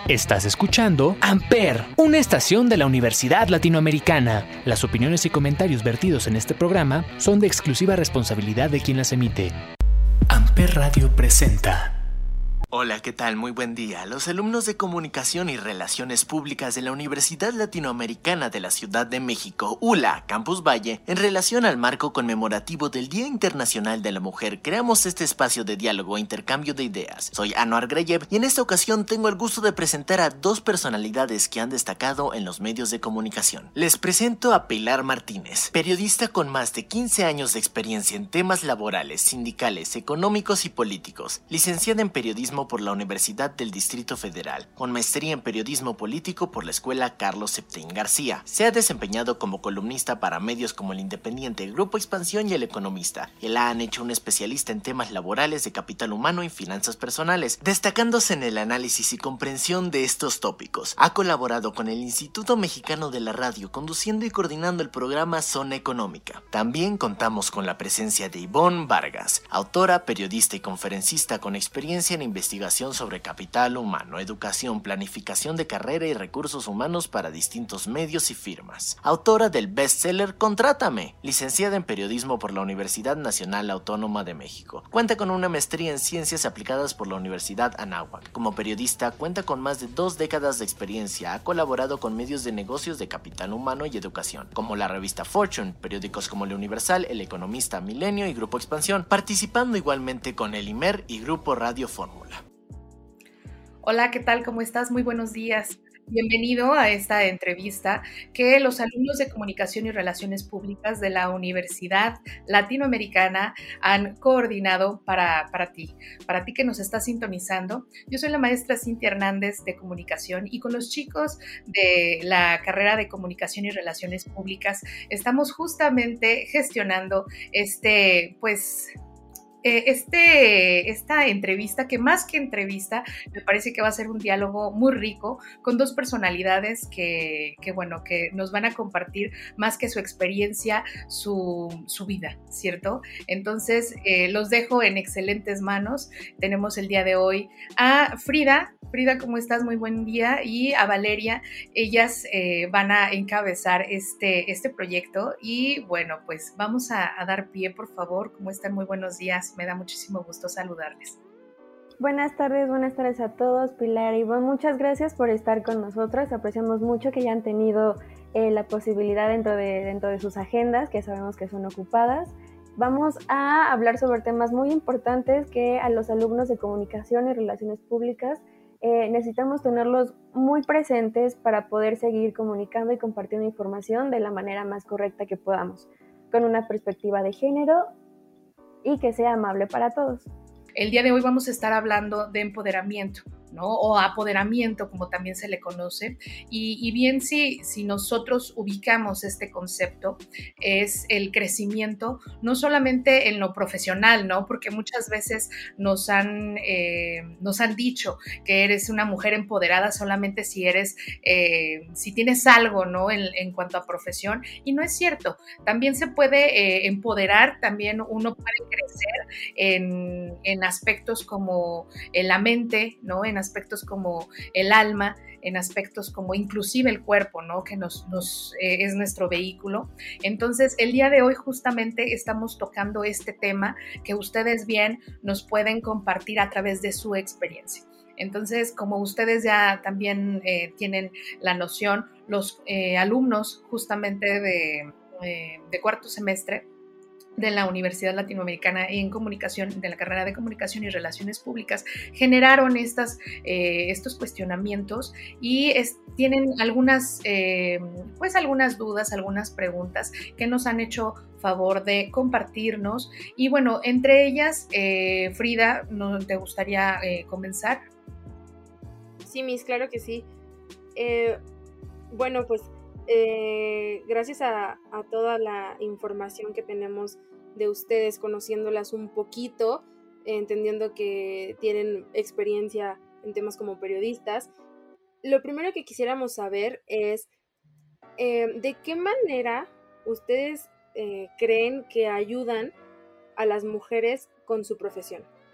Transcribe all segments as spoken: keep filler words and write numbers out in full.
Estás escuchando Amper, una estación de la Universidad Latinoamericana. Las opiniones y comentarios vertidos en este programa son de exclusiva responsabilidad de quien las emite. Amper Radio presenta. Hola, ¿qué tal? Muy buen día. Los alumnos de Comunicación y Relaciones Públicas de la Universidad Latinoamericana de la Ciudad de México, U L A, Campus Valle, en relación al marco conmemorativo del Día Internacional de la Mujer, creamos este espacio de diálogo e intercambio de ideas. Soy Anuar Greyev y en esta ocasión tengo el gusto de presentar a dos personalidades que han destacado en los medios de comunicación. Les presento a Pilar Martínez, periodista con más de quince años de experiencia en temas laborales, sindicales, económicos y políticos, licenciada en periodismo por la Universidad del Distrito Federal, con maestría en periodismo político por la Escuela Carlos Septín García. Se ha desempeñado como columnista para medios como El Independiente, Grupo Expansión y El Economista, y la han hecho un especialista en temas laborales, de capital humano y finanzas personales, destacándose en el análisis y comprensión de estos tópicos. Ha colaborado con el Instituto Mexicano de la Radio, conduciendo y coordinando el programa Zona Económica. También contamos con la presencia de Ivonne Vargas, autora, periodista y conferencista con experiencia en investigación sobre capital humano, educación, planificación de carrera y recursos humanos para distintos medios y firmas. Autora del bestseller Contrátame, licenciada en periodismo por la Universidad Nacional Autónoma de México. Cuenta con una maestría en ciencias aplicadas por la Universidad Anáhuac. Como periodista cuenta con más de dos décadas de experiencia. Ha colaborado con medios de negocios de capital humano y educación, como la revista Fortune, periódicos como El Universal, El Economista, Milenio y Grupo Expansión, participando igualmente con el I M E R y Grupo Radio Fórmula. Hola, ¿qué tal? ¿Cómo estás? Muy buenos días. Bienvenido a esta entrevista que los alumnos de Comunicación y Relaciones Públicas de la Universidad Latinoamericana han coordinado para, para ti, para ti que nos estás sintonizando. Yo soy la maestra Cintia Hernández de Comunicación y con los chicos de la carrera de Comunicación y Relaciones Públicas estamos justamente gestionando este, pues... Este, esta entrevista, que más que entrevista, me parece que va a ser un diálogo muy rico con dos personalidades que, que bueno, que nos van a compartir más que su experiencia, su, su vida, ¿cierto? Entonces, eh, los dejo en excelentes manos. Tenemos el día de hoy a Frida. Frida, ¿cómo estás? Muy buen día. Y a Valeria. Ellas eh, van a encabezar este, este proyecto y bueno, pues vamos a, a dar pie, por favor. ¿Cómo están? Muy buenos días. Me da muchísimo gusto saludarles. Buenas tardes, buenas tardes a todos. Pilar y Ivonne, muchas gracias por estar con nosotras. Apreciamos mucho que hayan tenido eh, la posibilidad dentro de, dentro de sus agendas, que sabemos que son ocupadas. Vamos a hablar sobre temas muy importantes que a los alumnos de Comunicación y Relaciones Públicas eh, necesitamos tenerlos muy presentes para poder seguir comunicando y compartiendo información de la manera más correcta que podamos, con una perspectiva de género y que sea amable para todos. El día de hoy vamos a estar hablando de empoderamiento, ¿no? O apoderamiento, como también se le conoce. Y, y bien, si, si nosotros ubicamos este concepto, es el crecimiento, no solamente en lo profesional, ¿no? Porque muchas veces nos han, eh, nos han dicho que eres una mujer empoderada solamente si eres, eh, si tienes algo, ¿no? En, en cuanto a profesión. Y no es cierto. También se puede eh, empoderar, también uno puede crecer en, en aspectos como en la mente, ¿no? En aspectos como el alma, en aspectos como inclusive el cuerpo, ¿no? Que nos, nos eh, es nuestro vehículo. Entonces, el día de hoy justamente estamos tocando este tema que ustedes bien nos pueden compartir a través de su experiencia. Entonces, como ustedes ya también eh, tienen la noción, los eh, alumnos justamente de, eh, de cuarto semestre de la Universidad Latinoamericana en Comunicación, de la carrera de Comunicación y Relaciones Públicas, generaron estas, eh, estos cuestionamientos y es, tienen algunas, eh, pues algunas dudas, algunas preguntas que nos han hecho favor de compartirnos. Y bueno, entre ellas, eh, Frida, ¿no te gustaría eh, comenzar? Sí, Miss, claro que sí. Eh, bueno, pues Eh, gracias a, a toda la información que tenemos de ustedes, conociéndolas un poquito, eh, entendiendo que tienen experiencia en temas como periodistas, lo primero que quisiéramos saber es eh, de qué manera ustedes eh, creen que ayudan a las mujeres con su profesión.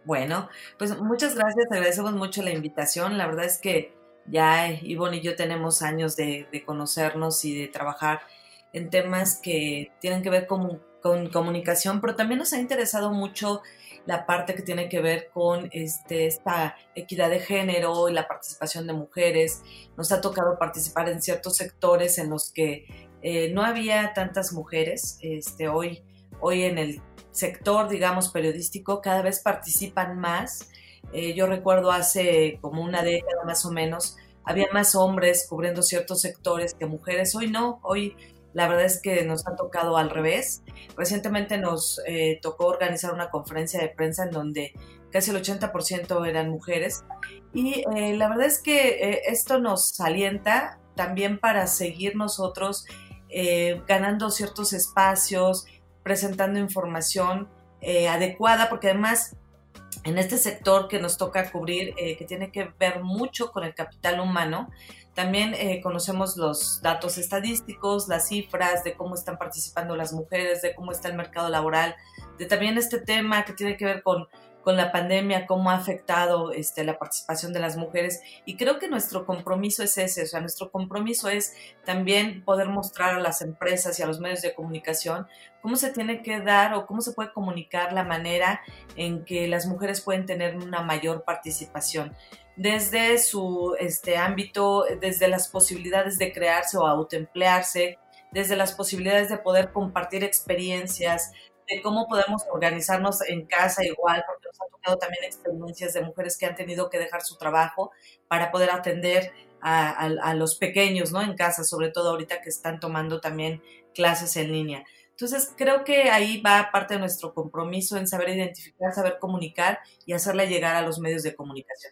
Bueno, pues muchas gracias, te agradecemos mucho la invitación. La verdad es que ya Ivonne y yo tenemos años de, de conocernos y de trabajar en temas que tienen que ver con, con comunicación, pero también nos ha interesado mucho la parte que tiene que ver con este, esta equidad de género y la participación de mujeres. Nos ha tocado participar en ciertos sectores en los que eh, no había tantas mujeres. Este, hoy, hoy en el sector, digamos, periodístico, cada vez participan más. Eh, yo recuerdo hace como una década más o menos, había más hombres cubriendo ciertos sectores que mujeres. Hoy no, hoy la verdad es que nos ha tocado al revés. Recientemente nos eh, tocó organizar una conferencia de prensa en donde casi el ochenta por ciento eran mujeres. Y eh, la verdad es que eh, esto nos alienta también para seguir nosotros eh, ganando ciertos espacios, presentando información eh, adecuada, porque además en este sector que nos toca cubrir, eh, que tiene que ver mucho con el capital humano, también eh, conocemos los datos estadísticos, las cifras de cómo están participando las mujeres, de cómo está el mercado laboral, de también este tema que tiene que ver con, con la pandemia, cómo ha afectado este, la participación de las mujeres. Y creo que nuestro compromiso es ese, o sea, nuestro compromiso es también poder mostrar a las empresas y a los medios de comunicación cómo se tiene que dar o cómo se puede comunicar la manera en que las mujeres pueden tener una mayor participación desde su este, ámbito, desde las posibilidades de crearse o autoemplearse, desde las posibilidades de poder compartir experiencias, de cómo podemos organizarnos en casa igual, porque nos ha tocado también experiencias de mujeres que han tenido que dejar su trabajo para poder atender a, a, a los pequeños, ¿no? En casa, sobre todo ahorita que están tomando también clases en línea. Entonces, creo que ahí va parte de nuestro compromiso en saber identificar, saber comunicar y hacerle llegar a los medios de comunicación.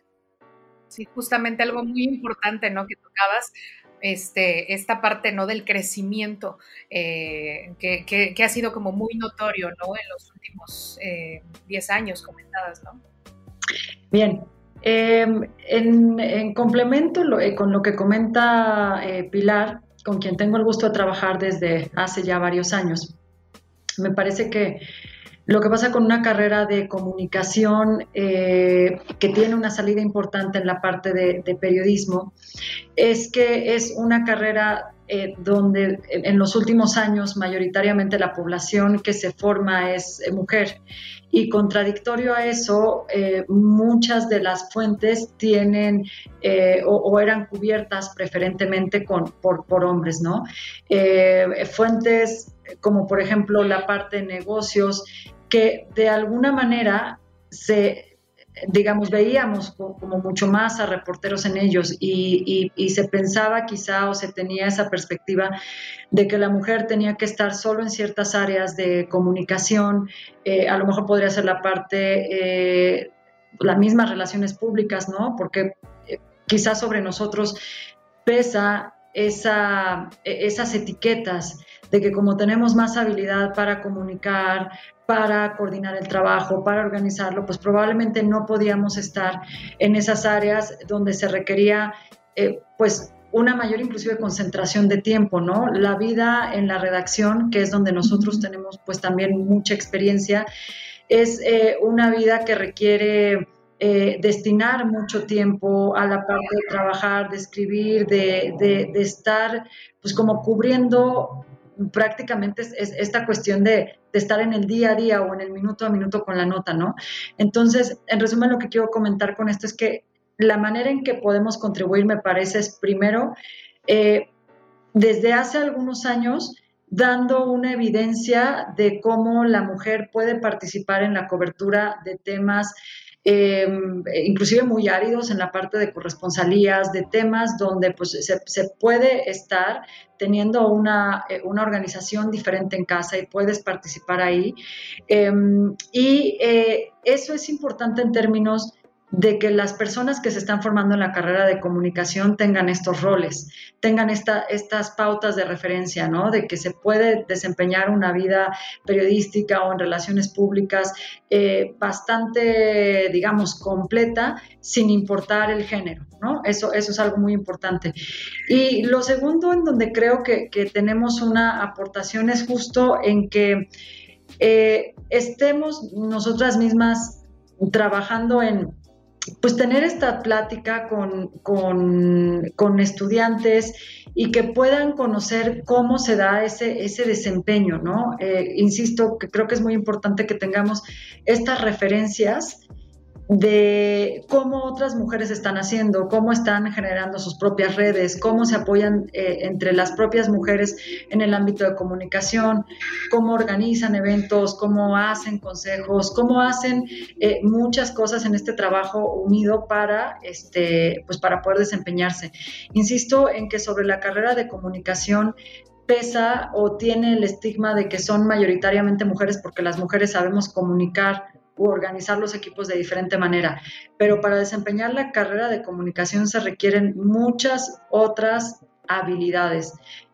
Sí, justamente algo muy importante, ¿no? Que tocabas, este, esta parte, ¿no? Del crecimiento, eh, que, que, que ha sido como muy notorio, ¿no? En los últimos diez eh, años comentadas, ¿no? Bien, eh, en, en complemento lo, eh, con lo que comenta eh, Pilar, con quien tengo el gusto de trabajar desde hace ya varios años, me parece que lo que pasa con una carrera de comunicación eh, que tiene una salida importante en la parte de, de periodismo es que es una carrera eh, donde en los últimos años mayoritariamente la población que se forma es eh, mujer. Y contradictorio a eso, eh, muchas de las fuentes tienen eh, o, o eran cubiertas preferentemente con, por, por hombres, ¿no? Eh, fuentes como por ejemplo la parte de negocios, que de alguna manera se, digamos, veíamos como mucho más a reporteros en ellos y, y, y se pensaba quizá o se tenía esa perspectiva de que la mujer tenía que estar solo en ciertas áreas de comunicación, eh, a lo mejor podría ser la parte, eh, las mismas relaciones públicas, ¿no? Porque eh, quizás sobre nosotros pesa esa, esas etiquetas de que como tenemos más habilidad para comunicar, para coordinar el trabajo, para organizarlo, pues probablemente no podíamos estar en esas áreas donde se requería eh, pues una mayor inclusive concentración de tiempo, ¿no? La vida en la redacción, que es donde nosotros tenemos pues también mucha experiencia, es eh, una vida que requiere eh, destinar mucho tiempo a la parte de trabajar, de escribir, de, de, de estar pues como cubriendo prácticamente es, es esta cuestión de, de estar en el día a día o en el minuto a minuto con la nota, ¿no? Entonces, en resumen, lo que quiero comentar con esto es que la manera en que podemos contribuir, me parece, es primero, eh, desde hace algunos años, dando una evidencia de cómo la mujer puede participar en la cobertura de temas Eh, inclusive muy áridos en la parte de corresponsalías, de temas donde pues, se, se puede estar teniendo una, una organización diferente en casa y puedes participar ahí. Eh, y eh, eso es importante en términos de que las personas que se están formando en la carrera de comunicación tengan estos roles, tengan esta, estas pautas de referencia, ¿no? De que se puede desempeñar una vida periodística o en relaciones públicas eh, bastante, digamos, completa, sin importar el género, ¿no? Eso, eso es algo muy importante. Y lo segundo en donde creo que, que tenemos una aportación es justo en que eh, estemos nosotras mismas trabajando en pues tener esta plática con, con, con estudiantes y que puedan conocer cómo se da ese, ese desempeño, ¿no? Eh, insisto, que creo que es muy importante que tengamos estas referencias de cómo otras mujeres están haciendo, cómo están generando sus propias redes, cómo se apoyan eh, entre las propias mujeres en el ámbito de comunicación, cómo organizan eventos, cómo hacen consejos, cómo hacen eh, muchas cosas en este trabajo unido para, este, pues para poder desempeñarse. Insisto en que sobre la carrera de comunicación pesa o tiene el estigma de que son mayoritariamente mujeres porque las mujeres sabemos comunicar u organizar los equipos de diferente manera, pero para desempeñar la carrera de comunicación se requieren muchas otras habilidades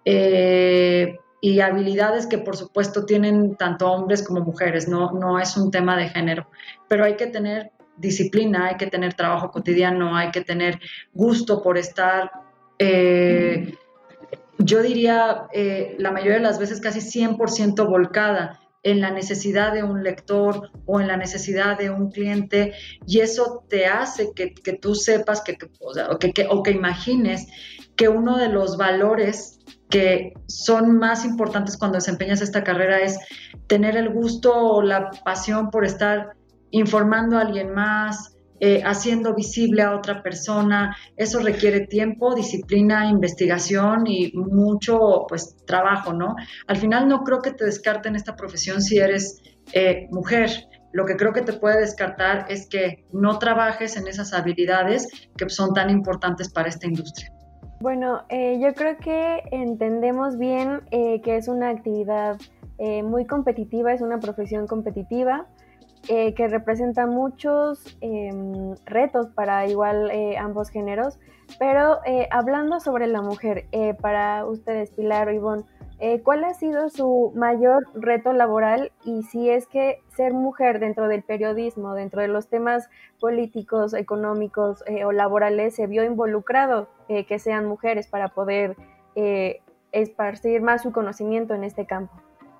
eh, y habilidades que por supuesto tienen tanto hombres como mujeres, no, no es un tema de género, pero hay que tener disciplina, hay que tener trabajo cotidiano, hay que tener gusto por estar, eh, yo diría eh, la mayoría de las veces casi cien por ciento volcada en la necesidad de un lector o en la necesidad de un cliente, y eso te hace que, que tú sepas que, que, o, sea, que, que, o que imagines que uno de los valores que son más importantes cuando desempeñas esta carrera es tener el gusto o la pasión por estar informando a alguien más, Eh, haciendo visible a otra persona. Eso requiere tiempo, disciplina, investigación y mucho pues trabajo, ¿no? Al final no creo que te descarten esta profesión si eres eh, mujer. Lo que creo que te puede descartar es que no trabajes en esas habilidades que son tan importantes para esta industria. Bueno, eh, yo creo que entendemos bien eh, que es una actividad eh, muy competitiva, es una profesión competitiva, Eh, que representa muchos eh, retos para igual eh, ambos géneros, pero eh, hablando sobre la mujer, eh, para ustedes, Pilar o Ivonne, eh, ¿cuál ha sido su mayor reto laboral y si es que ser mujer dentro del periodismo, dentro de los temas políticos, económicos eh, o laborales se vio involucrado eh, que sean mujeres para poder eh, esparcir más su conocimiento en este campo?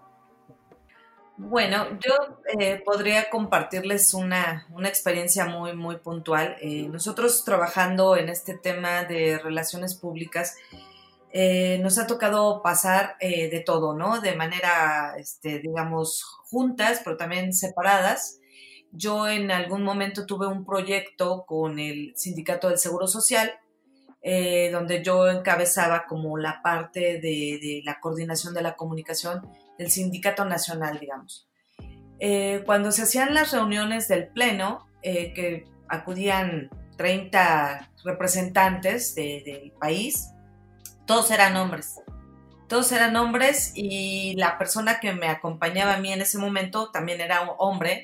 Bueno, yo eh, podría compartirles una, una experiencia muy, muy puntual. Eh, nosotros trabajando en este tema de relaciones públicas, eh, nos ha tocado pasar eh, de todo, ¿no? De manera, este, digamos, juntas, pero también separadas. Yo en algún momento tuve un proyecto con el Sindicato del Seguro Social, eh, donde yo encabezaba como la parte de, de la coordinación de la comunicación del Sindicato Nacional, digamos. Eh, cuando se hacían las reuniones del Pleno, eh, que acudían treinta representantes de, del país, todos eran hombres. Todos eran hombres y la persona que me acompañaba a mí en ese momento también era un hombre.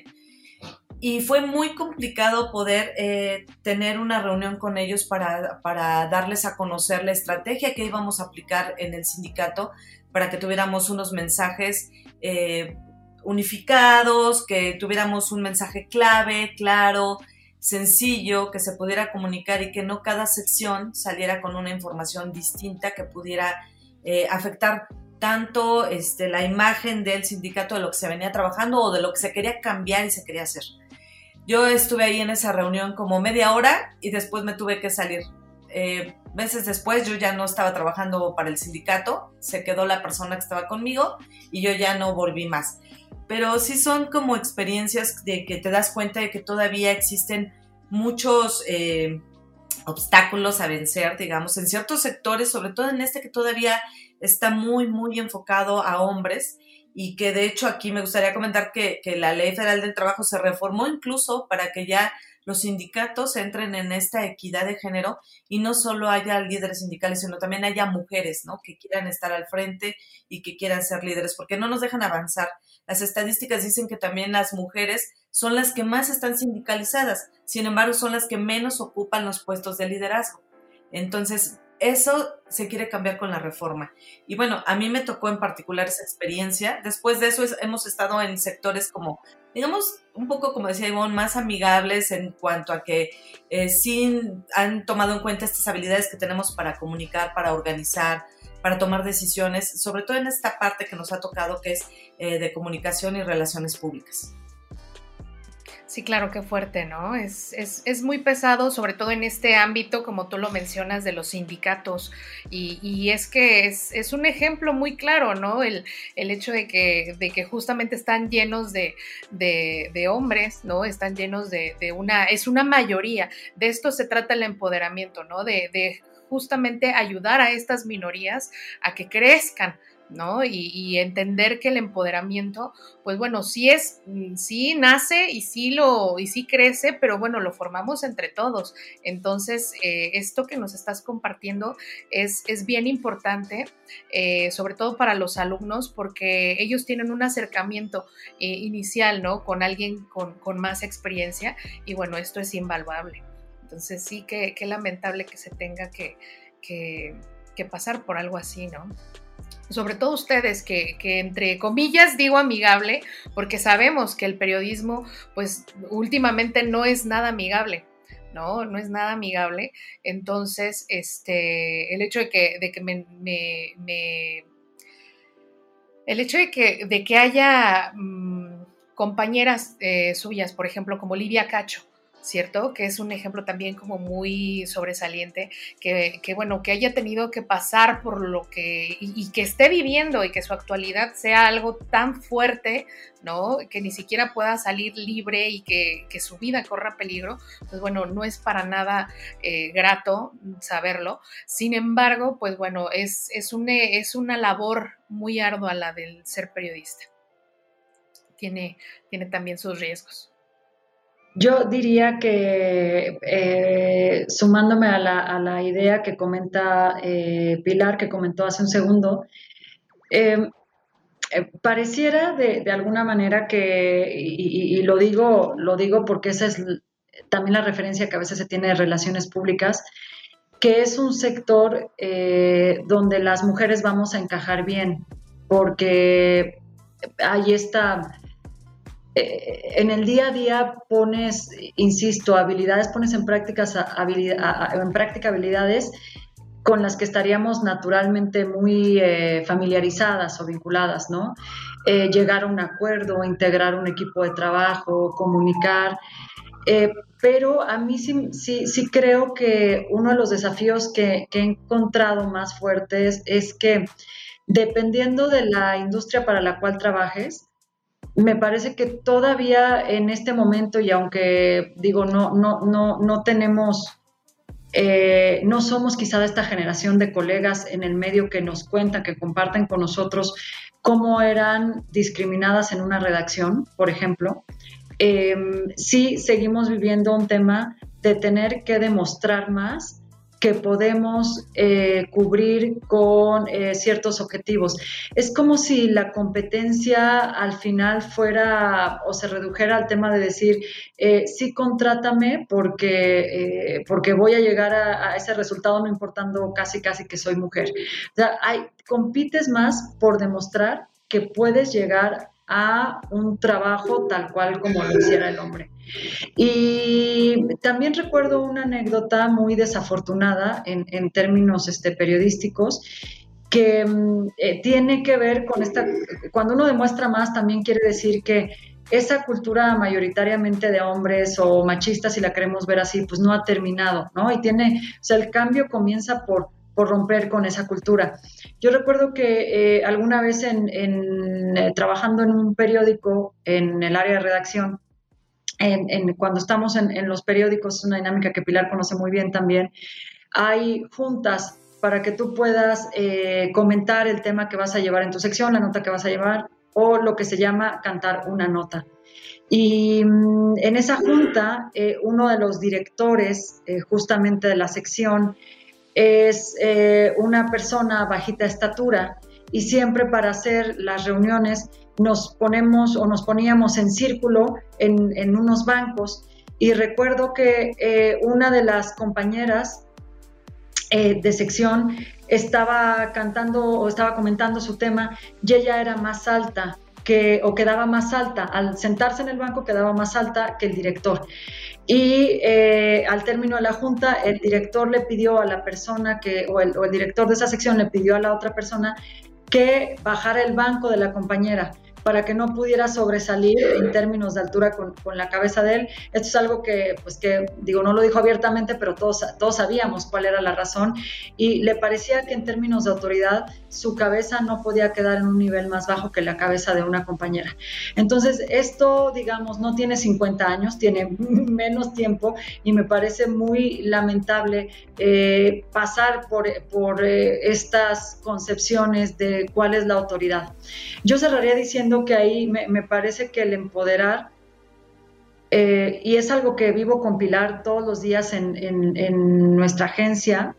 Y fue muy complicado poder eh, tener una reunión con ellos para, para darles a conocer la estrategia que íbamos a aplicar en el sindicato para que tuviéramos unos mensajes eh, unificados, que tuviéramos un mensaje clave, claro, sencillo, que se pudiera comunicar y que no cada sección saliera con una información distinta que pudiera eh, afectar tanto este, la imagen del sindicato de lo que se venía trabajando o de lo que se quería cambiar y se quería hacer. Yo estuve ahí en esa reunión como media hora y después me tuve que salir. Eh, meses después yo ya no estaba trabajando para el sindicato, se quedó la persona que estaba conmigo y yo ya no volví más. Pero sí son como experiencias de que te das cuenta de que todavía existen muchos eh, obstáculos a vencer, digamos, en ciertos sectores, sobre todo en este que todavía está muy, muy enfocado a hombres. Y que de hecho aquí me gustaría comentar que, que la Ley Federal del Trabajo se reformó incluso para que ya los sindicatos entren en esta equidad de género y no solo haya líderes sindicales, sino también haya mujeres, ¿no? Que quieran estar al frente y que quieran ser líderes, porque no nos dejan avanzar. Las estadísticas dicen que también las mujeres son las que más están sindicalizadas, sin embargo son las que menos ocupan los puestos de liderazgo. Entonces, eso se quiere cambiar con la reforma. Y bueno, a mí me tocó en particular esa experiencia. Después de eso es, hemos estado en sectores como, digamos, un poco como decía Ivonne, más amigables en cuanto a que eh, sí han tomado en cuenta estas habilidades que tenemos para comunicar, para organizar, para tomar decisiones, sobre todo en esta parte que nos ha tocado que es eh, de comunicación y relaciones públicas. Sí, claro, qué fuerte, ¿no? Es, es, es muy pesado, sobre todo en este ámbito, como tú lo mencionas, de los sindicatos. Y, y es que es, es un ejemplo muy claro, ¿no? El, el hecho de que, de que justamente están llenos de, de, de hombres, ¿no? Están llenos de, de una, es una mayoría. De esto se trata el empoderamiento, ¿no? De, de justamente ayudar a estas minorías a que crezcan, ¿no? Y, y entender que el empoderamiento, pues bueno, sí es, sí nace y sí lo, y sí crece, pero bueno, lo formamos entre todos. Entonces, eh, esto que nos estás compartiendo es, es bien importante, eh, sobre todo para los alumnos, porque ellos tienen un acercamiento eh, inicial, ¿no? Con alguien con, con más experiencia, y bueno, esto es invaluable. Entonces, sí, que, que lamentable que se tenga que, que, que pasar por algo así, ¿no? Sobre todo ustedes que, que entre comillas digo amigable, porque sabemos que el periodismo pues últimamente no es nada amigable, ¿no? No es nada amigable. Entonces, este, el hecho de que, de que me, me, me el hecho de que, de que haya mmm, compañeras eh, suyas, por ejemplo, como Livia Cacho, ¿cierto? Que es un ejemplo también como muy sobresaliente, que, que bueno, que haya tenido que pasar por lo que, y, y que esté viviendo y que su actualidad sea algo tan fuerte, ¿no? Que ni siquiera pueda salir libre y que, que su vida corra peligro, pues bueno, no es para nada eh, grato saberlo. Sin embargo, pues bueno, es, es, un, es una labor muy ardua la del ser periodista. Tiene, tiene también sus riesgos. Yo diría que, eh, sumándome a la, a la idea que comenta eh, Pilar, que comentó hace un segundo, eh, eh, pareciera de, de alguna manera que, y, y, y lo digo, lo digo porque esa es también la referencia que a veces se tiene de relaciones públicas, que es un sector eh, donde las mujeres vamos a encajar bien, porque hay esta... En el día a día pones, insisto, habilidades, pones en, prácticas habilidad, en práctica habilidades con las que estaríamos naturalmente muy eh, familiarizadas o vinculadas, ¿no? Eh, llegar a un acuerdo, integrar un equipo de trabajo, comunicar, eh, pero a mí sí, sí, sí creo que uno de los desafíos que, que he encontrado más fuertes es que dependiendo de la industria para la cual trabajes, me parece que todavía en este momento, y aunque digo, no, no, no, no tenemos, eh, no somos quizá de esta generación de colegas en el medio que nos cuentan, que comparten con nosotros cómo eran discriminadas en una redacción, por ejemplo, eh, sí seguimos viviendo un tema de tener que demostrar más que podemos eh, cubrir con eh, ciertos objetivos. Es como si la competencia al final fuera o se redujera al tema de decir, eh, sí, contrátame porque, eh, porque voy a llegar a, a ese resultado no importando casi casi que soy mujer. O sea, hay, compites más por demostrar que puedes llegar a un trabajo tal cual como lo hiciera el hombre. Y también recuerdo una anécdota muy desafortunada en, en términos este, periodísticos que eh, tiene que ver con esta, cuando uno demuestra más también quiere decir que esa cultura mayoritariamente de hombres o machistas, si la queremos ver así, pues no ha terminado, ¿no? Y tiene, o sea, el cambio comienza por por romper con esa cultura. Yo recuerdo que eh, alguna vez en, en, eh, trabajando en un periódico en el área de redacción, en, en, cuando estamos en, en los periódicos, es una dinámica que Pilar conoce muy bien también, hay juntas para que tú puedas eh, comentar el tema que vas a llevar en tu sección, la nota que vas a llevar, o lo que se llama cantar una nota. Y mm, en esa junta, eh, uno de los directores eh, justamente de la sección es eh, una persona bajita estatura y siempre para hacer las reuniones nos ponemos o nos poníamos en círculo en, en unos bancos y recuerdo que eh, una de las compañeras eh, de sección estaba cantando o estaba comentando su tema y ella era más alta que, o quedaba más alta, al sentarse en el banco quedaba más alta que el director. Y eh, al término de la junta, el director le pidió a la persona que, o el, o el director de esa sección le pidió a la otra persona que bajara el banco de la compañera para que no pudiera sobresalir en términos de altura con, con la cabeza de él. Esto es algo que, pues que, digo, no lo dijo abiertamente, pero todos, todos sabíamos cuál era la razón, y le parecía que en términos de autoridad su cabeza no podía quedar en un nivel más bajo que la cabeza de una compañera. Entonces, esto, digamos, no tiene cincuenta años, tiene menos tiempo, y me parece muy lamentable eh, pasar por, por eh, estas concepciones de cuál es la autoridad. Yo cerraría diciendo que ahí me, me parece que el empoderar, eh, y es algo que vivo con Pilar todos los días en, en, en nuestra agencia,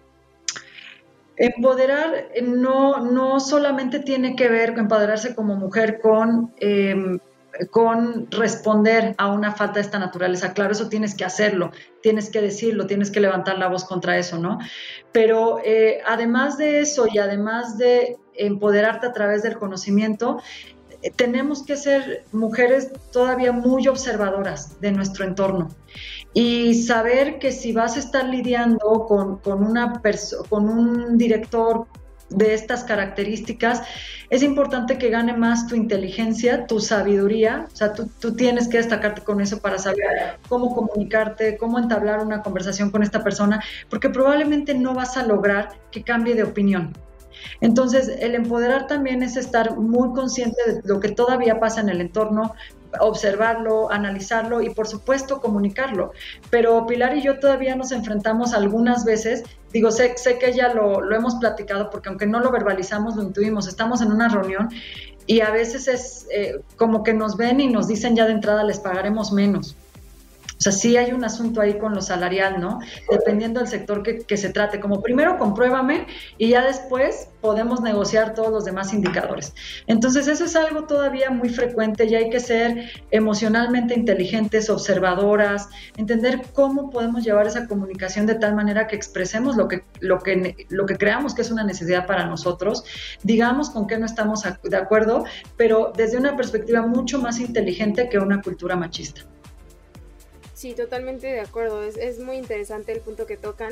empoderar no, no solamente tiene que ver con empoderarse como mujer con... Eh, con responder a una falta de esta naturaleza. Claro, eso tienes que hacerlo, tienes que decirlo, tienes que levantar la voz contra eso, ¿no? Pero eh, además de eso y además de empoderarte a través del conocimiento, eh, tenemos que ser mujeres todavía muy observadoras de nuestro entorno y saber que si vas a estar lidiando con, con, una perso- con un director de estas características, es importante que gane más tu inteligencia, tu sabiduría, o sea, tú, tú tienes que destacarte con eso para saber cómo comunicarte, cómo entablar una conversación con esta persona, porque probablemente no vas a lograr que cambie de opinión. Entonces, el empoderar también es estar muy consciente de lo que todavía pasa en el entorno, observarlo, analizarlo y por supuesto comunicarlo. Pero Pilar y yo todavía nos enfrentamos algunas veces, digo, sé, sé que ya lo, lo hemos platicado porque aunque no lo verbalizamos, lo intuimos, estamos en una reunión y a veces es eh, como que nos ven y nos dicen ya de entrada les pagaremos menos. O sea, sí hay un asunto ahí con lo salarial, ¿no? Dependiendo del sector que, que se trate. Como primero compruébame y ya después podemos negociar todos los demás indicadores. Entonces, eso es algo todavía muy frecuente y hay que ser emocionalmente inteligentes, observadoras, entender cómo podemos llevar esa comunicación de tal manera que expresemos lo que, lo que, lo que creamos que es una necesidad para nosotros, digamos con qué no estamos de acuerdo, pero desde una perspectiva mucho más inteligente que una cultura machista. Sí, totalmente de acuerdo. Es, es muy interesante el punto que tocan,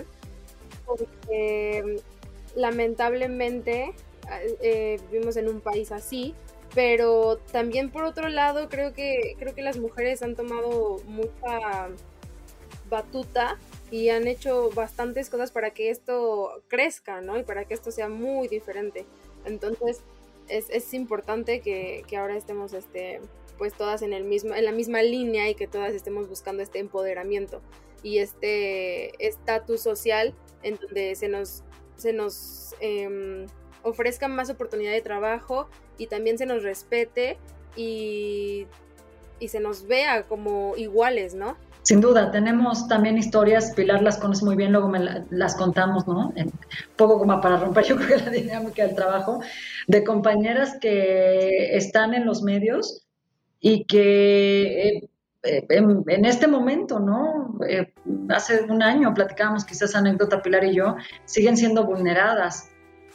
porque lamentablemente eh, vivimos en un país así, pero también por otro lado creo que, creo que las mujeres han tomado mucha batuta y han hecho bastantes cosas para que esto crezca, ¿no? Y para que esto sea muy diferente. Entonces es, es importante que, que ahora estemos este pues todas en el mismo, en la misma línea y que todas estemos buscando este empoderamiento y este estatus social en donde se nos, se nos eh, ofrezca más oportunidad de trabajo y también se nos respete y, y se nos vea como iguales, ¿no? Sin duda, tenemos también historias, Pilar las conoce muy bien, luego me la, las contamos, ¿no? Un poco como para romper, yo creo que la dinámica del trabajo, de compañeras que están en los medios y que eh, eh, en, en este momento, ¿no? Eh, hace un año platicábamos quizás anécdota Pilar y yo, siguen siendo vulneradas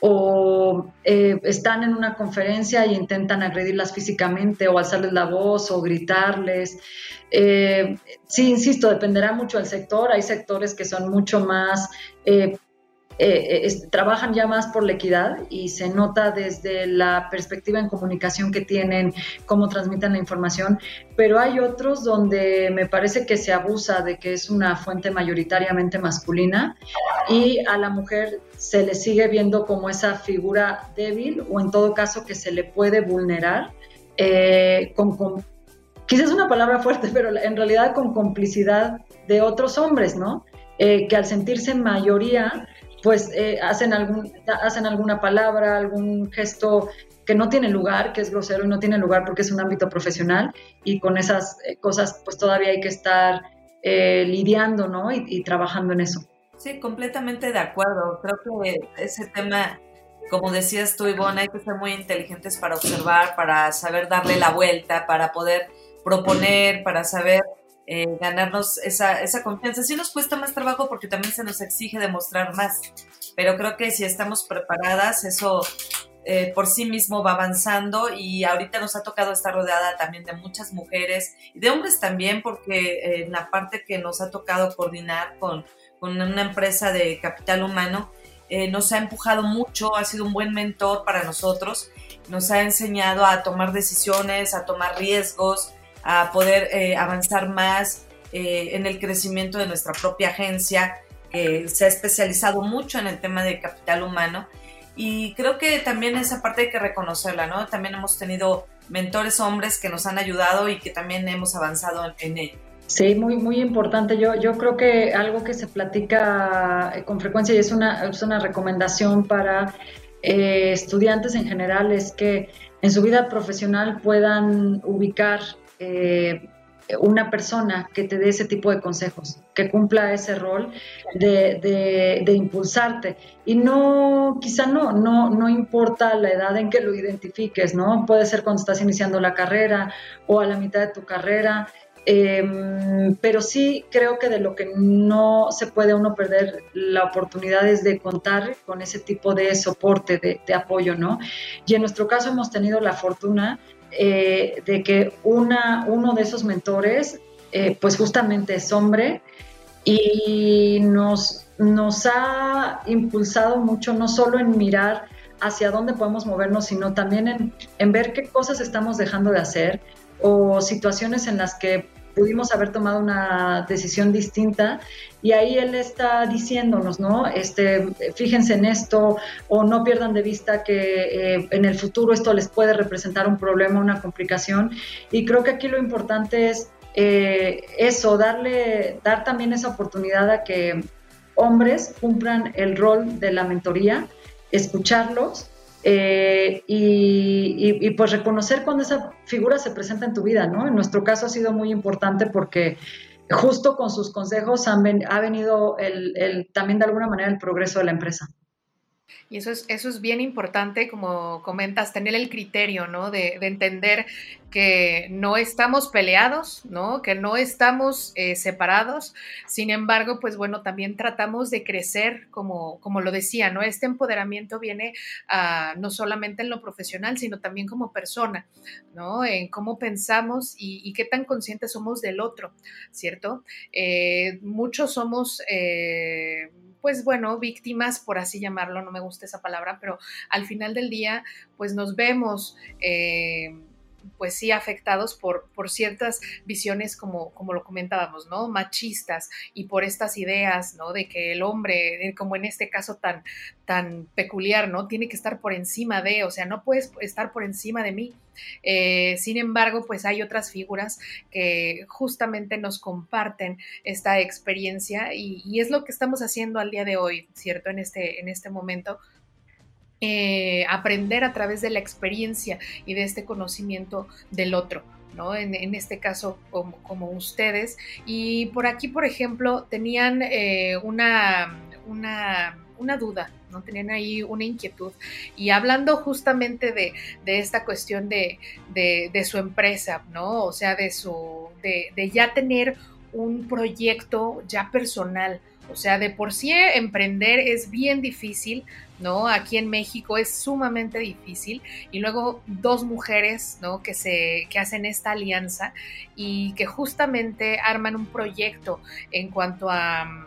o eh, están en una conferencia y intentan agredirlas físicamente o alzarles la voz o gritarles. Eh, sí, insisto, dependerá mucho del sector. Hay sectores que son mucho más... Eh, Eh, es, trabajan ya más por la equidad y se nota desde la perspectiva en comunicación que tienen, cómo transmiten la información, pero hay otros donde me parece que se abusa de que es una fuente mayoritariamente masculina y a la mujer se le sigue viendo como esa figura débil o en todo caso que se le puede vulnerar eh, con, con quizás es una palabra fuerte, pero en realidad con complicidad de otros hombres, ¿no? Eh, que al sentirse mayoría pues eh, hacen, algún, hacen alguna palabra, algún gesto que no tiene lugar, que es grosero y no tiene lugar porque es un ámbito profesional y con esas eh, cosas pues todavía hay que estar eh, lidiando, ¿no? Y, y trabajando en eso. Sí, completamente de acuerdo. Creo que ese tema, como decías tú, Ivonne, hay que ser muy inteligentes para observar, para saber darle la vuelta, para poder proponer, para saber... Eh, ganarnos esa, esa confianza. Sí nos cuesta más trabajo porque también se nos exige demostrar más, pero creo que si estamos preparadas, eso eh, por sí mismo va avanzando y ahorita nos ha tocado estar rodeada también de muchas mujeres y de hombres también, porque eh, en la parte que nos ha tocado coordinar con, con una empresa de capital humano, eh, nos ha empujado mucho, ha sido un buen mentor para nosotros nos ha enseñado a tomar decisiones, a tomar riesgos, a poder eh, avanzar más eh, en el crecimiento de nuestra propia agencia. Eh, se ha especializado mucho en el tema de capital humano y creo que también esa parte hay que reconocerla, ¿no? También hemos tenido mentores hombres que nos han ayudado y que también hemos avanzado en, en ello. Sí, muy, muy importante. Yo, yo creo que algo que se platica con frecuencia y es una, es una recomendación para eh, estudiantes en general es que en su vida profesional puedan ubicar eh, una persona que te dé ese tipo de consejos, que cumpla ese rol de, de, de impulsarte. Y no, quizá no, no, no importa la edad en que lo identifiques, ¿no? Puede ser cuando estás iniciando la carrera o a la mitad de tu carrera. Eh, pero sí creo que de lo que no se puede uno perder la oportunidad es de contar con ese tipo de soporte, de, de apoyo, ¿no? Y en nuestro caso hemos tenido la fortuna eh, de que una, uno de esos mentores eh, pues justamente es hombre y nos, nos ha impulsado mucho, no solo en mirar hacia dónde podemos movernos, sino también en, en ver qué cosas estamos dejando de hacer o situaciones en las que pudimos haber tomado una decisión distinta y ahí él está diciéndonos, ¿no? Este, fíjense en esto o no pierdan de vista que eh, en el futuro esto les puede representar un problema, una complicación y creo que aquí lo importante es eh, eso, darle, dar también esa oportunidad a que hombres cumplan el rol de la mentoría, escucharlos Eh, y, y, y pues reconocer cuando esa figura se presenta en tu vida, ¿no? En nuestro caso ha sido muy importante porque justo con sus consejos han ven, ha venido el, el, también de alguna manera el progreso de la empresa. Y eso es, eso es bien importante, como comentas, tener el criterio, ¿no? De, de entender que no estamos peleados, ¿no? Que no estamos eh, separados. Sin embargo, pues bueno, también tratamos de crecer, como, como lo decía, ¿no? Este empoderamiento viene uh, no solamente en lo profesional, sino también como persona, ¿no? En cómo pensamos y, y qué tan conscientes somos del otro, ¿cierto? Eh, muchos somos... Eh, pues bueno, víctimas, por así llamarlo, no me gusta esa palabra, pero al final del día, pues nos vemos, eh, pues sí, afectados por, por ciertas visiones, como, como lo comentábamos, ¿no? Machistas, y por estas ideas, ¿no? De que el hombre, como en este caso tan, tan peculiar, ¿no? Tiene que estar por encima de, o sea, no puedes estar por encima de mí. Eh, sin embargo, pues hay otras figuras que justamente nos comparten esta experiencia y, y es lo que estamos haciendo al día de hoy, ¿cierto? En este, en este momento. Eh, aprender a través de la experiencia y de este conocimiento del otro, ¿no? En, en este caso, como, como ustedes. Y por aquí, por ejemplo, tenían eh, una, una, una duda, ¿no? Tenían ahí una inquietud. Y hablando justamente de, de esta cuestión de, de, de su empresa, ¿no? O sea, de, su, de, de ya tener un proyecto ya personal. O sea, de por sí emprender es bien difícil, ¿no? Aquí en México es sumamente difícil y luego dos mujeres, ¿no? Que, se, que hacen esta alianza y que justamente arman un proyecto en cuanto a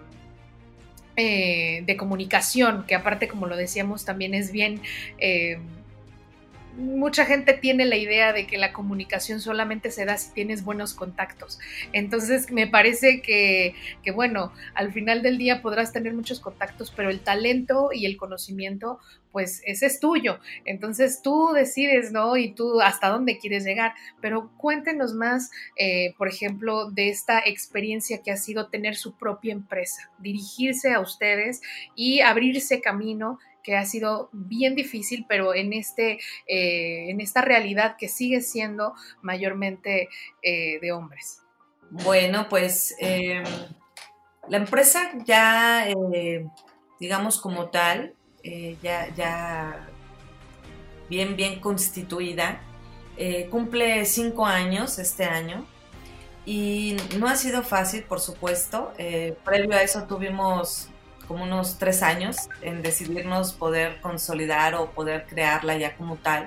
eh, de comunicación, que aparte, como lo decíamos, también es bien... Eh, mucha gente tiene la idea de que la comunicación solamente se da si tienes buenos contactos. Entonces me parece que, que, bueno, al final del día podrás tener muchos contactos, pero el talento y el conocimiento, pues ese es tuyo. Entonces tú decides, ¿no? Y tú hasta dónde quieres llegar. Pero cuéntenos más, eh, por ejemplo, de esta experiencia que ha sido tener su propia empresa, dirigirse a ustedes y abrirse camino, que ha sido bien difícil, pero en, este, eh, en esta realidad que sigue siendo mayormente eh, de hombres. Bueno, pues eh, la empresa ya, eh, digamos como tal, eh, ya, ya bien, bien constituida, eh, cumple cinco años este año y no ha sido fácil, por supuesto. Eh, previo a eso tuvimos como unos tres años en decidirnos poder consolidar o poder crearla ya como tal.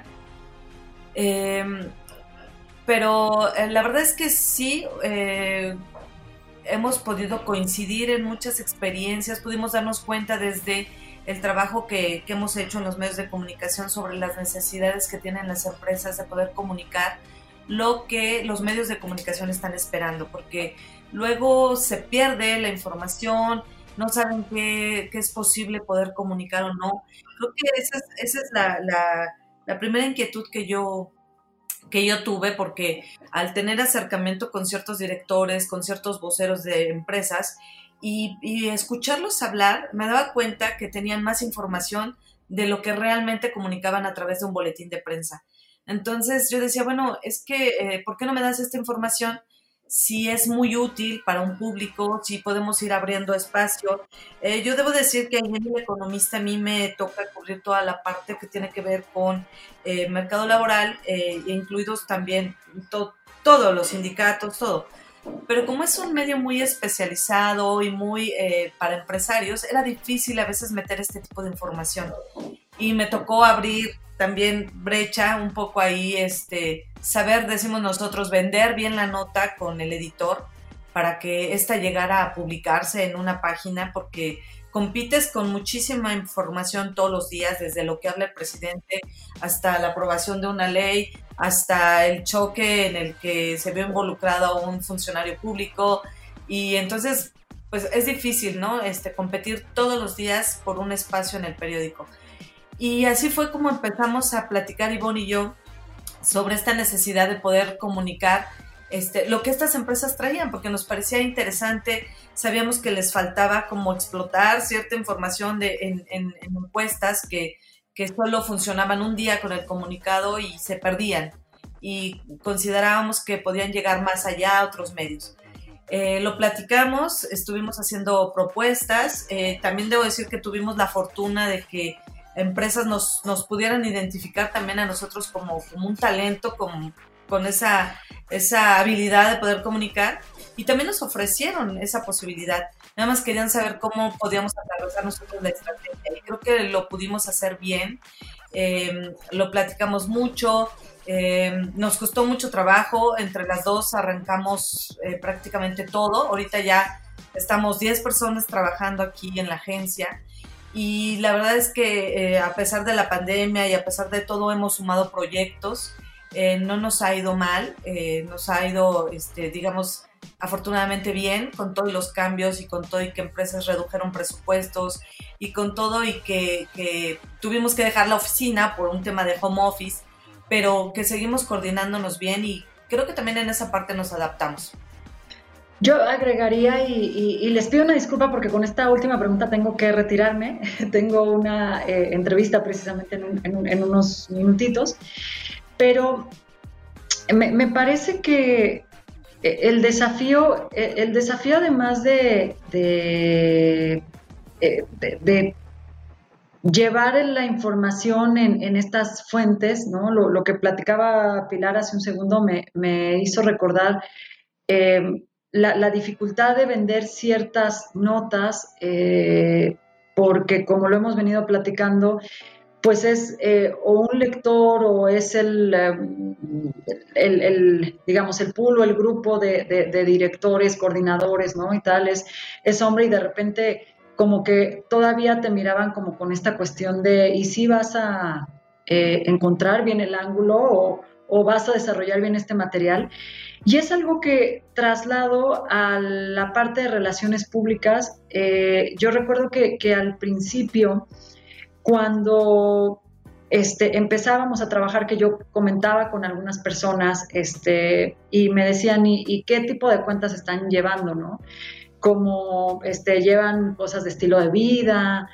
Eh, pero eh, la verdad es que sí, eh, hemos podido coincidir en muchas experiencias, pudimos darnos cuenta desde el trabajo que, que hemos hecho en los medios de comunicación sobre las necesidades que tienen las empresas de poder comunicar lo que los medios de comunicación están esperando, porque luego se pierde la información, no saben qué, qué es posible poder comunicar o no. Creo que esa es, esa es la, la, la primera inquietud que yo, que yo tuve, porque al tener acercamiento con ciertos directores, con ciertos voceros de empresas, y, y escucharlos hablar, me daba cuenta que tenían más información de lo que realmente comunicaban a través de un boletín de prensa. Entonces yo decía, bueno, es que, eh, ¿por qué no me das esta información? Si es muy útil para un público, si podemos ir abriendo espacio. Eh, yo debo decir que en El Economista a mí me toca cubrir toda la parte que tiene que ver con eh, mercado laboral, eh, incluidos también to- todos los sindicatos, todo. Pero como es un medio muy especializado y muy eh, para empresarios, era difícil a veces meter este tipo de información. Y me tocó abrir también brecha un poco ahí, este, saber, decimos nosotros, vender bien la nota con el editor para que ésta llegara a publicarse en una página, porque compites con muchísima información todos los días, desde lo que habla el presidente hasta la aprobación de una ley, hasta el choque en el que se vio involucrado un funcionario público, y entonces pues es difícil, ¿no? Este, competir todos los días por un espacio en el periódico. Y así fue como empezamos a platicar Ivonne y yo sobre esta necesidad de poder comunicar este, lo que estas empresas traían, porque nos parecía interesante. Sabíamos que les faltaba como explotar cierta información de, en, en, en encuestas que, que solo funcionaban un día con el comunicado y se perdían, y considerábamos que podían llegar más allá a otros medios. Eh, lo platicamos, estuvimos haciendo propuestas, eh, también debo decir que tuvimos la fortuna de que empresas nos, nos pudieran identificar también a nosotros como, como un talento, con, con esa, esa habilidad de poder comunicar, y también nos ofrecieron esa posibilidad. Nada más querían saber cómo podíamos atravesar nosotros la estrategia, y creo que lo pudimos hacer bien. Eh, lo platicamos mucho, eh, nos costó mucho trabajo, entre las dos arrancamos eh, prácticamente todo. Ahorita ya estamos diez personas trabajando aquí en la agencia, y la verdad es que eh, a pesar de la pandemia y a pesar de todo hemos sumado proyectos. Eh, no nos ha ido mal, eh, nos ha ido, este, digamos, afortunadamente bien, con todos los cambios y con todo y que empresas redujeron presupuestos y con todo y que, que tuvimos que dejar la oficina por un tema de home office, pero que seguimos coordinándonos bien, y creo que también en esa parte nos adaptamos. Yo agregaría, y, y, y les pido una disculpa porque con esta última pregunta tengo que retirarme. Tengo una eh, entrevista precisamente en, un, en, un, en unos minutitos, pero me, me parece que el desafío, el desafío además de, de, de, de llevar la información en, en estas fuentes, ¿no? Lo, lo que platicaba Pilar hace un segundo me, me hizo recordar eh, la, la dificultad de vender ciertas notas, eh, porque como lo hemos venido platicando, pues es eh, o un lector o es el, el, el, digamos, el pool o el grupo de, de, de directores, coordinadores, ¿no? Y tal, es, es hombre, y de repente como que todavía te miraban como con esta cuestión de, ¿y si vas a eh, encontrar bien el ángulo o, o vas a desarrollar bien este material? Y es algo que traslado a la parte de relaciones públicas. Eh, yo recuerdo que, que al principio, cuando este, empezábamos a trabajar, que yo comentaba con algunas personas este, y me decían, ¿y, y qué tipo de cuentas están llevando, no? Como este, llevan cosas de estilo de vida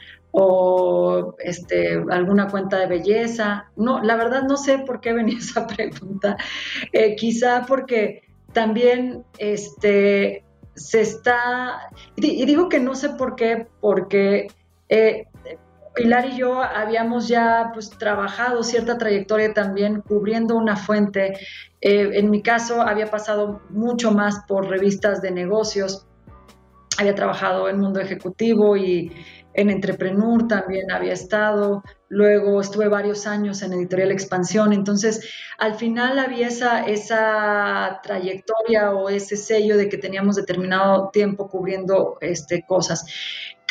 o este, alguna cuenta de belleza. No, la verdad no sé por qué venía esa pregunta. Eh, quizá porque también este, se está... Y digo que no sé por qué, porque eh, Pilar y yo habíamos ya pues, trabajado cierta trayectoria también cubriendo una fuente. Eh, en mi caso había pasado mucho más por revistas de negocios. Había trabajado en Mundo Ejecutivo y en Entrepreneur también había estado. Luego estuve varios años en Editorial Expansión. Entonces, al final había esa, esa trayectoria o ese sello de que teníamos determinado tiempo cubriendo este, cosas.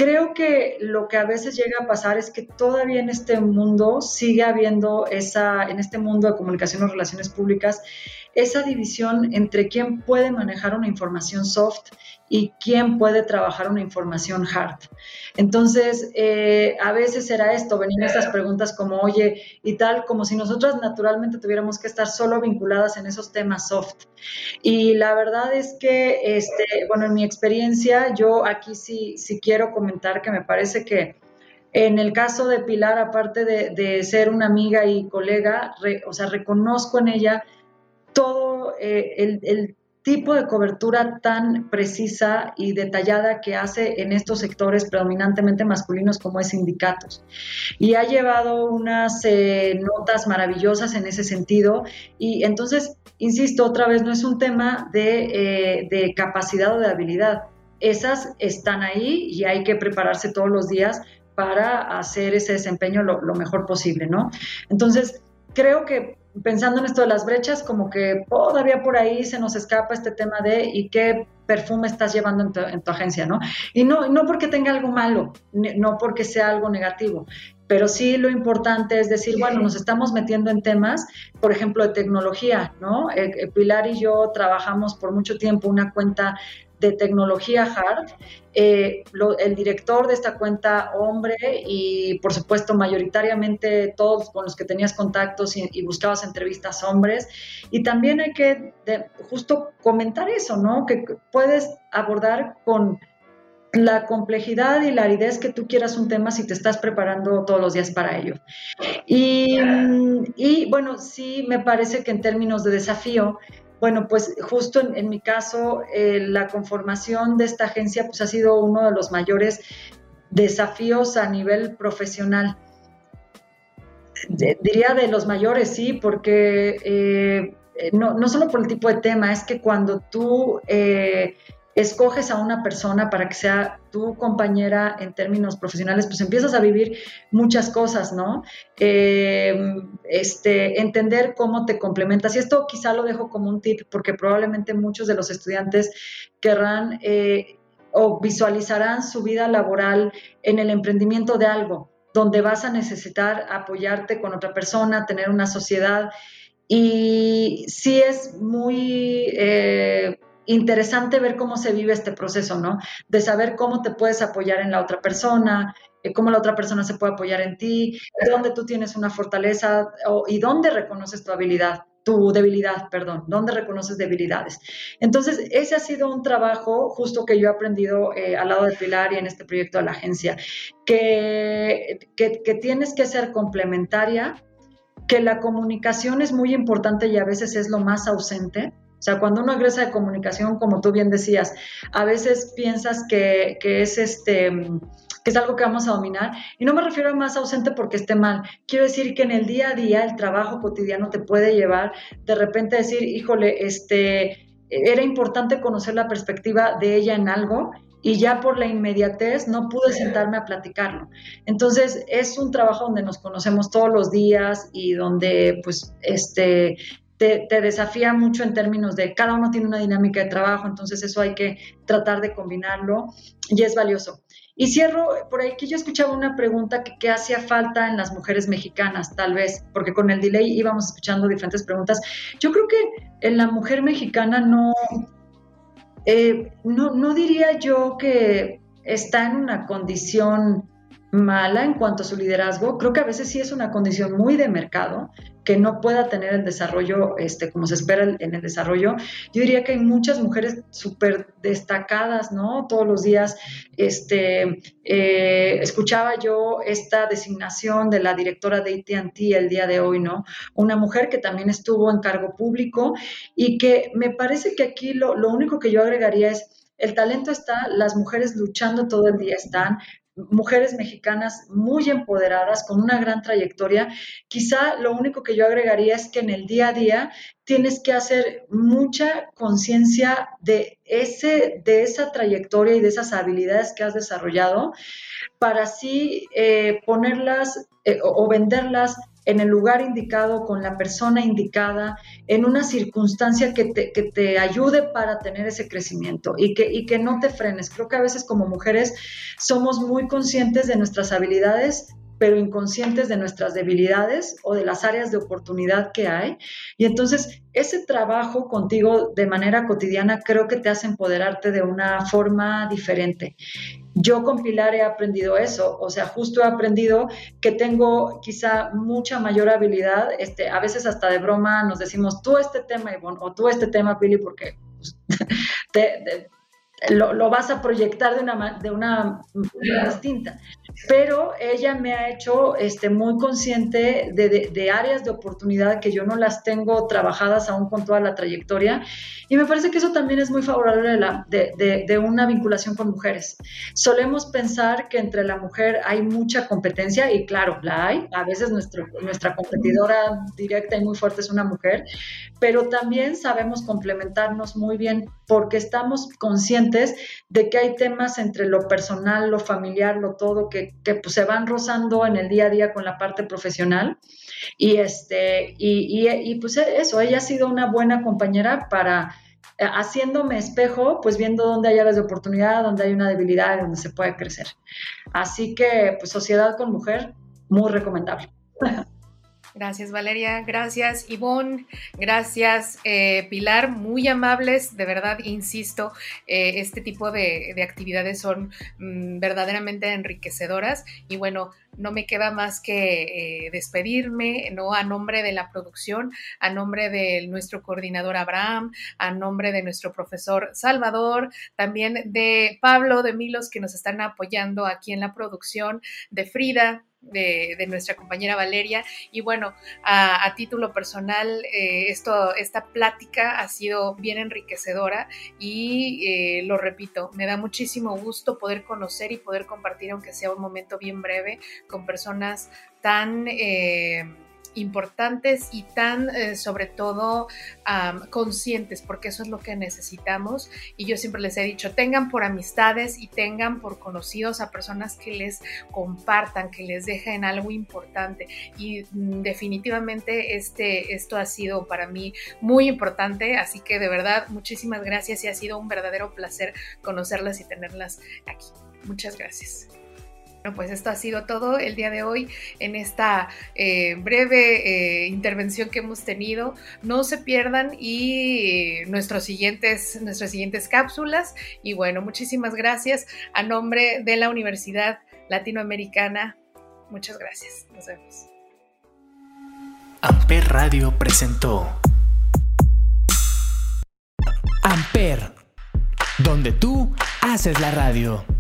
creo que lo que a veces llega a pasar es que todavía en este mundo sigue habiendo esa, en este mundo de comunicación o relaciones públicas, esa división entre quién puede manejar una información soft y quién puede trabajar una información hard. Entonces, eh, a veces era esto, venían estas preguntas como, oye, y tal, como si nosotras naturalmente tuviéramos que estar solo vinculadas en esos temas soft. Y la verdad es que, este, bueno, en mi experiencia, yo aquí sí, sí quiero comentar que me parece que en el caso de Pilar, aparte de, de ser una amiga y colega, re, o sea, reconozco en ella todo eh, el, el tipo de cobertura tan precisa y detallada que hace en estos sectores predominantemente masculinos como es sindicatos. Y ha llevado unas eh, notas maravillosas en ese sentido. Y entonces, insisto, otra vez, no es un tema de, eh, de capacidad o de habilidad. Esas están ahí y hay que prepararse todos los días para hacer ese desempeño lo, lo mejor posible, ¿no? Entonces, creo que pensando en esto de las brechas, como que todavía por ahí se nos escapa este tema de ¿y qué perfume estás llevando en tu, en tu agencia?, ¿no? Y no, no porque tenga algo malo, no porque sea algo negativo, pero sí lo importante es decir, bueno, nos estamos metiendo en temas, por ejemplo, de tecnología, ¿no? Eh, Pilar y yo trabajamos por mucho tiempo una cuenta de tecnología hard, eh, lo, el director de esta cuenta hombre y por supuesto mayoritariamente todos con los que tenías contactos y, y buscabas entrevistas hombres, y también hay que de, justo comentar eso, ¿no? Que puedes abordar con la complejidad y la aridez que tú quieras un tema si te estás preparando todos los días para ello. Y, y bueno, sí me parece que en términos de desafío, bueno, pues justo en, en mi caso, eh, la conformación de esta agencia pues ha sido uno de los mayores desafíos a nivel profesional. De, diría de los mayores, sí, porque eh, no, no solo por el tipo de tema, es que cuando tú eh, escoges a una persona para que sea tu compañera en términos profesionales, pues empiezas a vivir muchas cosas, ¿no? Eh, este, entender cómo te complementas. Y esto quizá lo dejo como un tip, porque probablemente muchos de los estudiantes querrán eh, o visualizarán su vida laboral en el emprendimiento de algo, donde vas a necesitar apoyarte con otra persona, tener una sociedad. Y sí es muy Eh, interesante ver cómo se vive este proceso, ¿no? De saber cómo te puedes apoyar en la otra persona, eh, cómo la otra persona se puede apoyar en ti, dónde tú tienes una fortaleza o, y dónde reconoces tu habilidad, tu debilidad, perdón, dónde reconoces debilidades. Entonces, ese ha sido un trabajo justo que yo he aprendido eh, al lado de Pilar y en este proyecto de la agencia, que, que, que tienes que ser complementaria, que la comunicación es muy importante y a veces es lo más ausente. O sea, cuando uno egresa de comunicación, como tú bien decías, a veces piensas que, que, es este, que es algo que vamos a dominar. Y no me refiero a más ausente porque esté mal. Quiero decir que en el día a día, el trabajo cotidiano te puede llevar de repente a decir, híjole, este, era importante conocer la perspectiva de ella en algo y ya por la inmediatez no pude sentarme a platicarlo. Entonces, es un trabajo donde nos conocemos todos los días y donde, pues, este... Te, te desafía mucho en términos de cada uno tiene una dinámica de trabajo, entonces eso hay que tratar de combinarlo y es valioso. Y cierro por ahí que yo escuchaba una pregunta que, que hacía falta en las mujeres mexicanas, tal vez, porque con el delay íbamos escuchando diferentes preguntas. Yo creo que en la mujer mexicana no, eh, no, no diría yo que está en una condición mala en cuanto a su liderazgo. Creo que a veces sí es una condición muy de mercado, que no pueda tener el desarrollo este, como se espera en el desarrollo. Yo diría que hay muchas mujeres súper destacadas, ¿no? Todos los días este, eh, escuchaba yo esta designación de la directora de A T and T el día de hoy, ¿no? Una mujer que también estuvo en cargo público y que me parece que aquí lo, lo único que yo agregaría es el talento está, las mujeres luchando todo el día están, mujeres mexicanas muy empoderadas, con una gran trayectoria. Quizá lo único que yo agregaría es que en el día a día tienes que hacer mucha conciencia de, ese, de esa trayectoria y de esas habilidades que has desarrollado para así eh, ponerlas eh, o, o venderlas en el lugar indicado, con la persona indicada, en una circunstancia que te, que te ayude para tener ese crecimiento y que, y que no te frenes. Creo que a veces como mujeres somos muy conscientes de nuestras habilidades, pero inconscientes de nuestras debilidades o de las áreas de oportunidad que hay. Y entonces ese trabajo contigo de manera cotidiana creo que te hace empoderarte de una forma diferente. Yo con Pilar he aprendido eso, o sea, justo he aprendido que tengo quizá mucha mayor habilidad, este, a veces hasta de broma nos decimos tú este tema, Ivonne, o tú este tema, Pili, porque pues, te, te, lo, lo vas a proyectar de una, de una manera distinta. Pero ella me ha hecho este, muy consciente de, de, de áreas de oportunidad que yo no las tengo trabajadas aún con toda la trayectoria, y me parece que eso también es muy favorable de, la, de, de, de una vinculación con mujeres. Solemos pensar que entre la mujer hay mucha competencia, y claro, la hay, a veces nuestro, nuestra competidora directa y muy fuerte es una mujer, pero también sabemos complementarnos muy bien porque estamos conscientes de que hay temas entre lo personal, lo familiar, lo todo, que, que pues, se van rozando en el día a día con la parte profesional. Y, este, y, y, y pues eso, ella ha sido una buena compañera para, haciéndome espejo, pues viendo dónde hay áreas de oportunidad, dónde hay una debilidad, donde se puede crecer. Así que, pues, Sociedad con Mujer, muy recomendable. Gracias, Valeria. Gracias, Ivonne. Gracias, eh, Pilar. Muy amables, de verdad, insisto, eh, este tipo de, de actividades son mm, verdaderamente enriquecedoras. Y bueno, no me queda más que eh, despedirme, ¿no? A nombre de la producción, a nombre de nuestro coordinador Abraham, a nombre de nuestro profesor Salvador, también de Pablo, de Milos, que nos están apoyando aquí en la producción, de Frida, De, de nuestra compañera Valeria. Y bueno, a, a título personal, eh, esto, esta plática ha sido bien enriquecedora y eh, lo repito, me da muchísimo gusto poder conocer y poder compartir, aunque sea un momento bien breve, con personas tan eh, importantes y tan eh, sobre todo um, conscientes, porque eso es lo que necesitamos. Y yo siempre les he dicho, tengan por amistades y tengan por conocidos a personas que les compartan, que les dejen algo importante. Y mm, definitivamente este, esto ha sido para mí muy importante, así que de verdad muchísimas gracias y ha sido un verdadero placer conocerlas y tenerlas aquí. Muchas gracias. Bueno, pues esto ha sido todo el día de hoy en esta eh, breve eh, intervención que hemos tenido. No se pierdan y eh, nuestros siguientes, nuestras siguientes cápsulas. Y bueno, muchísimas gracias a nombre de la Universidad Latinoamericana. Muchas gracias. Nos vemos. Amper Radio presentó Amper, donde tú haces la radio.